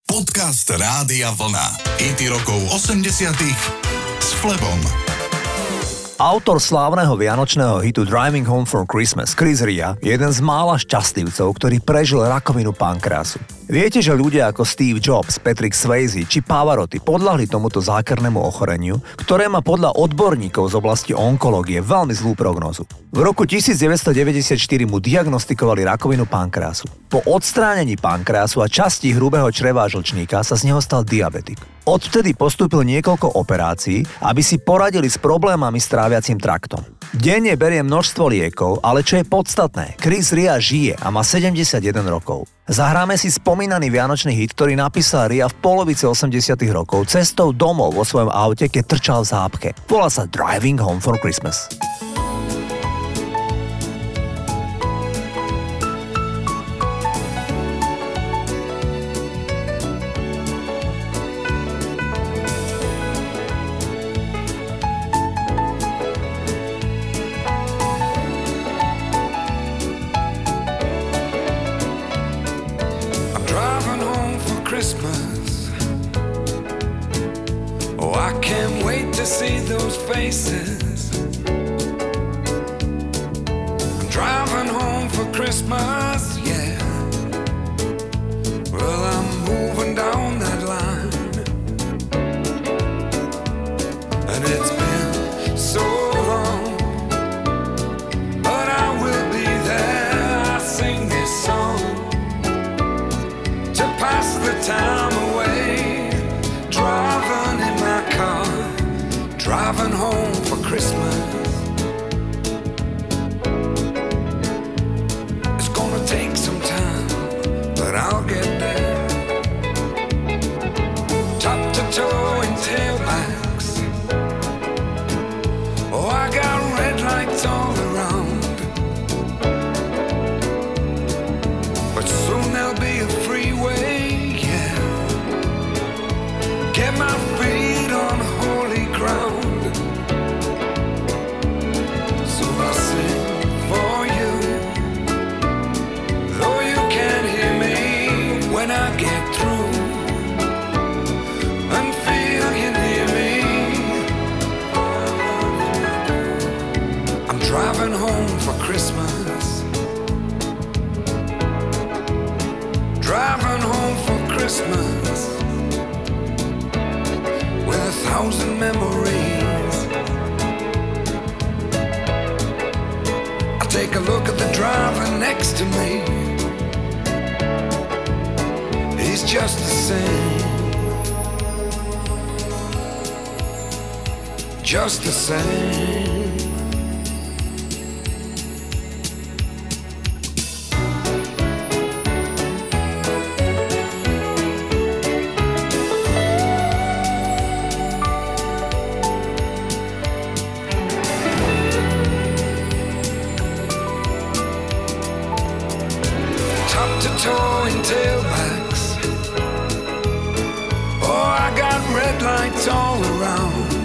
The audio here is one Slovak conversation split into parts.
Podcast Rádia Vlna. Hity rokov 80-tych s Flebom. Autor slávneho vianočného hitu Driving Home for Christmas, Chris Rea, je jeden z mála šťastlivcov, ktorý prežil rakovinu pankreasu. Viete, že ľudia ako Steve Jobs, Patrick Swayze či Pavarotti podľahli tomuto zákernému ochoreniu, ktoré má podľa odborníkov z oblasti onkológie veľmi zlú prognózu. V roku 1994 mu diagnostikovali rakovinu pankreasu. Po odstránení pankreasu a časti hrubého čreva a žlčníka sa z neho stal diabetik. Odvtedy postúpil niekoľko operácií, aby si poradili s problémami s tráviacím traktom. Denne berie množstvo liekov, ale čo je podstatné, Chris Rea žije a má 71 rokov. Zahráme si spomínaný vianočný hit, ktorý napísal Rea v polovici 80 rokov cestou domov vo svojom aute, keď trčal v zápche. Volá sa Driving Home for Christmas. Oh, I can't wait to see those faces. I'm driving home for Christmas, yeah. Well, I'm moving down that line, and it's been so long, but I will be there. I sing this song to pass the time away, driving in my car, driving home for Christmas. It's gonna take some time, but I'll get there. Top to toe in tailbacks. Oh, I got red lights all around, but soon there'll be a freeway. Get my feet on holy ground, so I sing for you, though you can't hear me when I get through, and feel you near me. I'm driving home for Christmas, driving home for Christmas, with 1,000 memories. I take a look at the driver next to me. He's just the same, just the same. Towing tailbacks. Oh, I got red lights all around.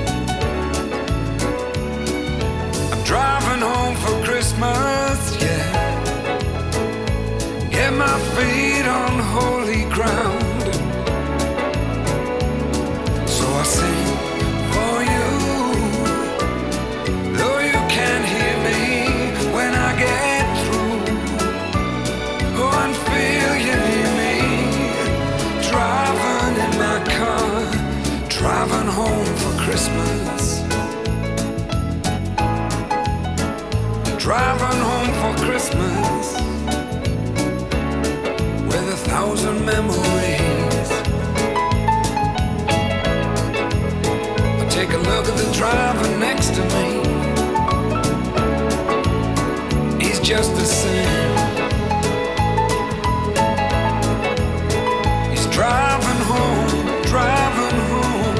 I'm driving home for Christmas, yeah. Get my feet on holy ground, so I sing for you, though you can't hear me when I get through. And feel you near me, driving in my car, driving home for Christmas, driving home for Christmas, with 1,000 memories. I take a look at the driver next to me. He's just the same. Driving home, driving home,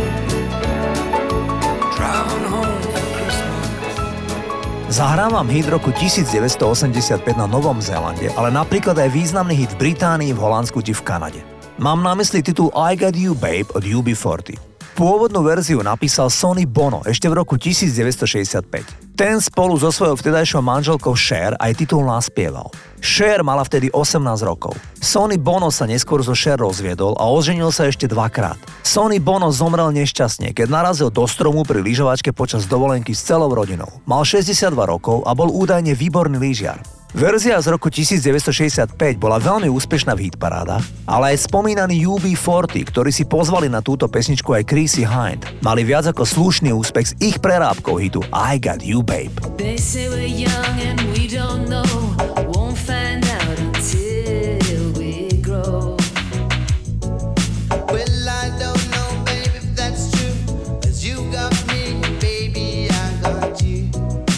driving home for Christmas. Zahrám vám hit roku 1985 na Novom Zélande, ale napríklad aj významný hit v Británii, v Holandsku či v Kanade. Mám na mysli titul I Got You Babe od UB40. Pôvodnú verziu napísal Sonny Bono ešte v roku 1965. Ten spolu so svojou vtedajšou manželkou Cher aj titul naspieval. Cher mala vtedy 18 rokov. Sonny Bono sa neskôr so Cher rozviedol a oženil sa ešte dvakrát. Sonny Bono zomrel nešťastne, keď narazil do stromu pri lyžovačke počas dovolenky s celou rodinou. Mal 62 rokov a bol údajne výborný lyžiar. Verzia z roku 1965 bola veľmi úspešná v hitparádach, ale aj spomínaní UB40, ktorí si pozvali na túto pesničku aj Chrissy Hynde, mali viac ako slušný úspech s ich prerábkou hitu I Got You Babe. They say we're young and we don't know, won't find out until we grow. Well, I don't know, babe, if that's true, 'cause you got me, baby, I got you.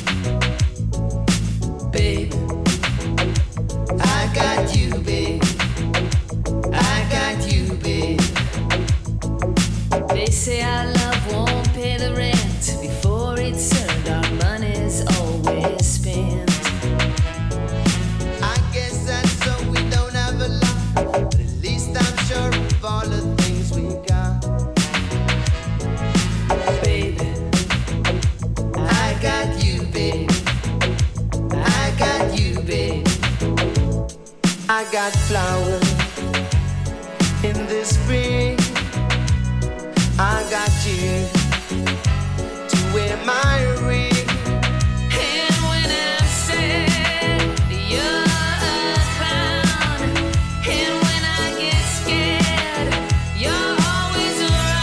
Babe, I got you, babe. I got you, babe. they say our love won't pay the rent before it's earned, our money's always spent. I guess that's so we don't have a lot, but at least I'm sure of all the things we got. Baby, I got you, babe. I got you, babe. I got flowers in the spring. I got you to wear my ring. and when I'm sad, you're a clown, and when I get scared, you're always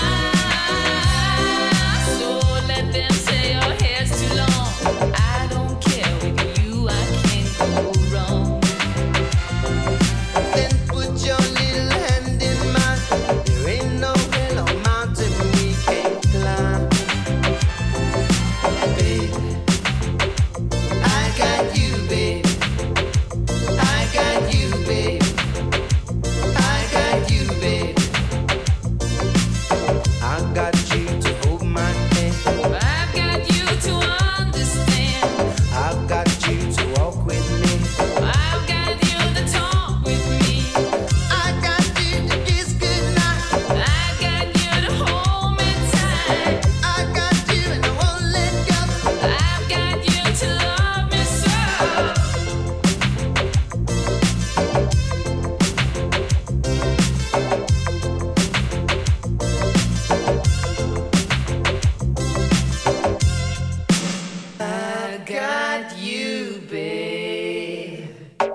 around. So let them say your hair's too long, I don't care, with you I can't go wrong. Then put your little hand in mine. There ain't no hill or mountain we can't climb. Baby, I got you, baby. I got you, baby. I got you, baby. I got you to hold my hand. I've got you to understand, I've got you to walk with me. I've got you to talk with me, I got you to kiss goodnight. I've got you to hold me tight, I got you and I won't let go. I've got you to love me so. I got you, babe.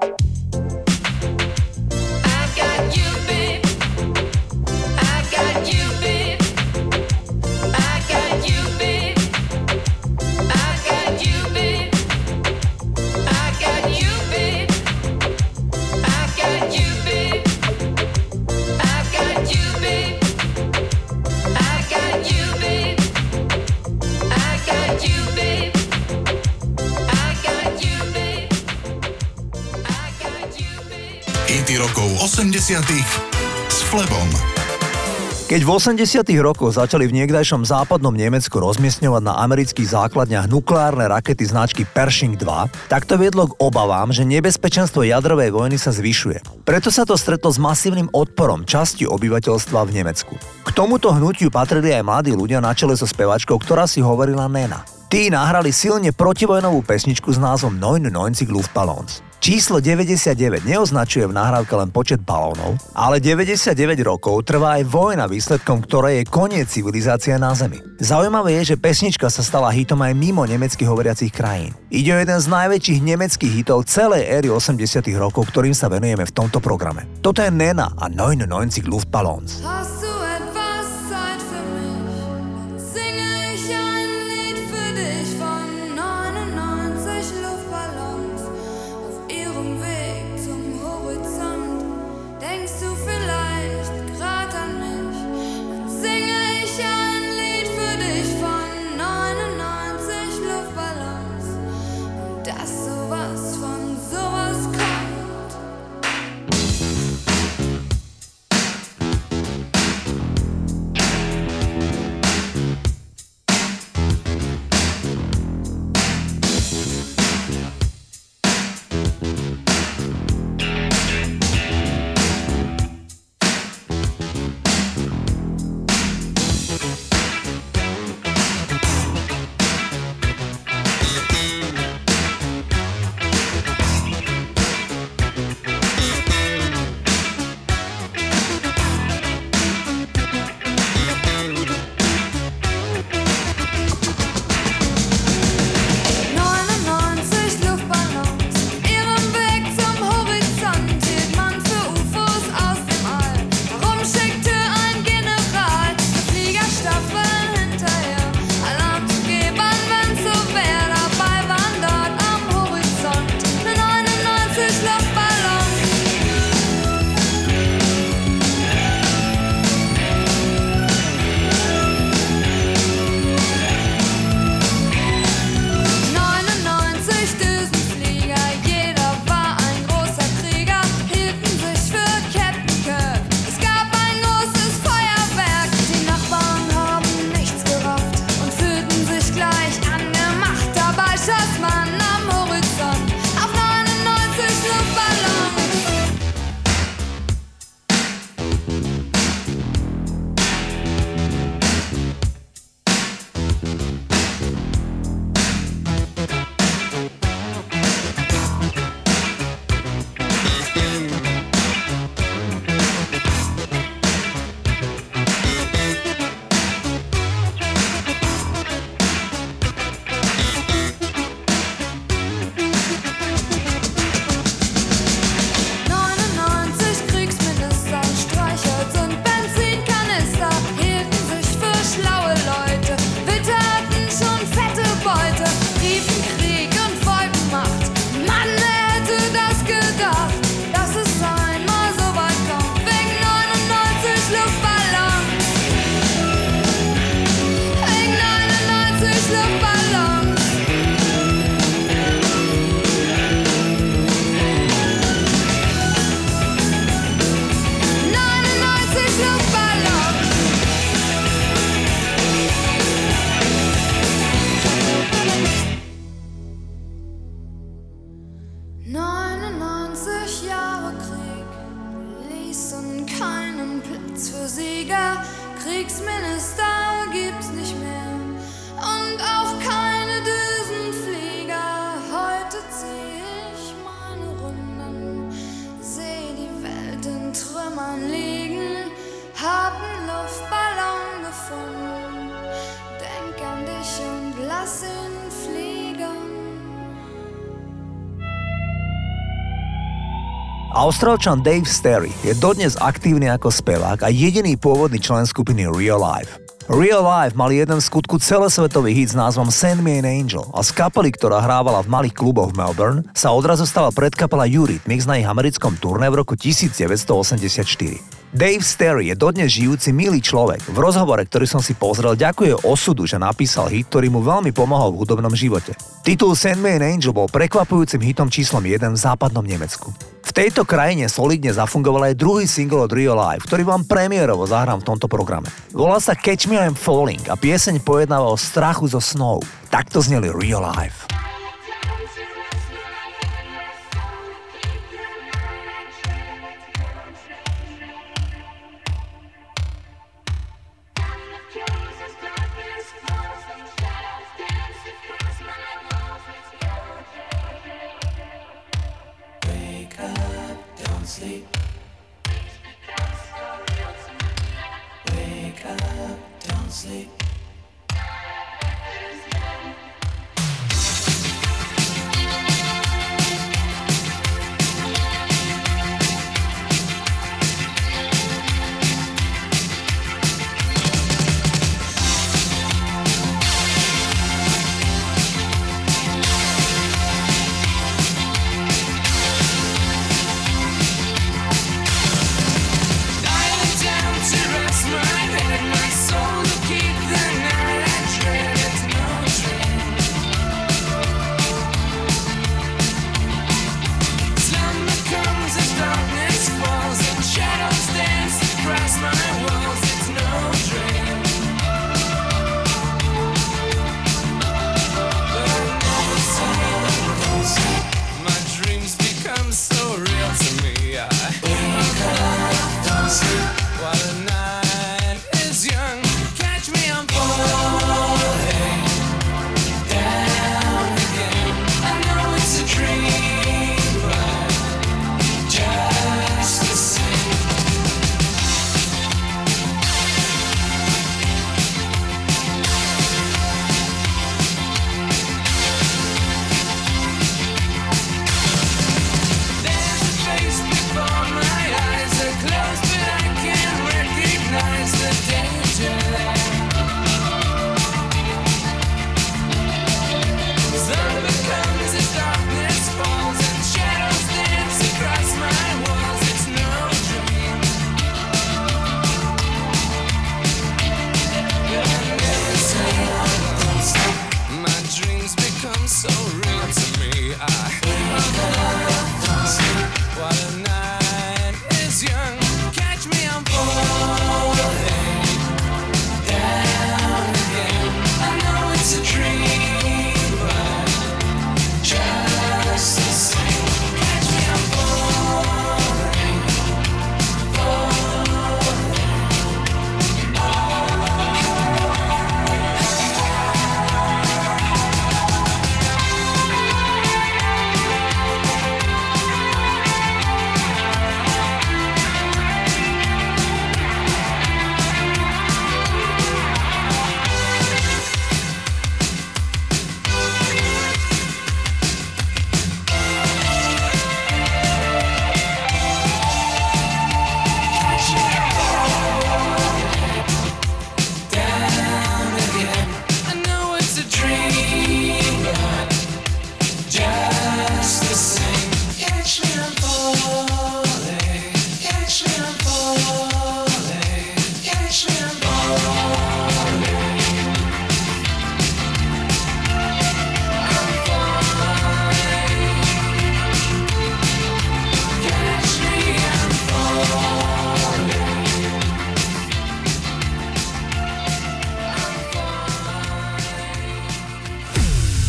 I got you, babe. I got you, babe. I got you, babe. I got you, babe. I got you, babe. I got you, babe. I got you, babe. I got you, babe. I got you, babe. I got you, babe. I got you, babe. Hity rokov 80 s Flebom. Keď v 80 rokoch začali v niekdajšom západnom Nemecku rozmiestňovať na amerických základniach nukleárne rakety značky Pershing 2, tak to viedlo k obavám, že nebezpečenstvo jadrovej vojny sa zvyšuje. Preto sa to stretlo s masívnym odporom časti obyvateľstva v Nemecku. K tomuto hnutiu patrili aj mladí ľudia na čele so spevačkou, ktorá si hovorila Nena. Tí nahrali silne protivojnovú pesničku s názvom 99 Luftballons. Číslo 99 neoznačuje v nahrávke len počet balónov, ale 99 rokov trvá aj vojna, výsledkom ktorej je koniec civilizácie na Zemi. Zaujímavé je, že pesnička sa stala hitom aj mimo nemecky hovoriacich krajín. Ide o jeden z najväčších nemeckých hitov celej éry 80 rokov, ktorým sa venujeme v tomto programe. Toto je Nena a 99 Luftballons. Hast du etwas Zeit für mich? Singe ich ein Lied für dich von 99 Luftballons auf ihrem Weg zum Horizont. Denkst du vielleicht grad an mich? Dann singe ich ein Lied für dich von 99 Luftballons und dass sowas von sowas kommt. Kriegsminister gibt's nicht mehr und auch keine Düsenflieger. Heute zieh ich meine Runden, seh die Welt in Trümmern liegen, hab 'n Luftballon gefunden, denk an dich und lass ihn fliegen. Austrálčan Dave Sterry je dodnes aktívny ako spevák a jediný pôvodný člen skupiny Real Life. Real Life mali jeden v skutku celosvetový hit s názvom Send Me an Angel a z kapely, ktorá hrávala v malých kluboch v Melbourne, sa odrazu stala predkapela Eurythmics na ich americkom turné v roku 1984. Dave Sterry je dodnes žijúci milý človek. V rozhovore, ktorý som si pozrel, ďakuje osudu, že napísal hit, ktorý mu veľmi pomohol v hudobnom živote. Titul Send Me an Angel bol prekvapujúcim hitom číslom 1 v západnom Nemecku. V tejto krajine solidne zafungoval aj druhý single od Real Life, ktorý vám premiérovo zahrám v tomto programe. Volá sa Catch Me I'm Falling a pieseň pojednáva o strachu zo snov. Takto zneli Real Life. Sleep. Wake up, don't sleep.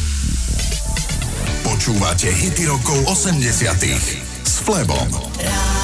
Počúvate hity rokov 80 s Flebom.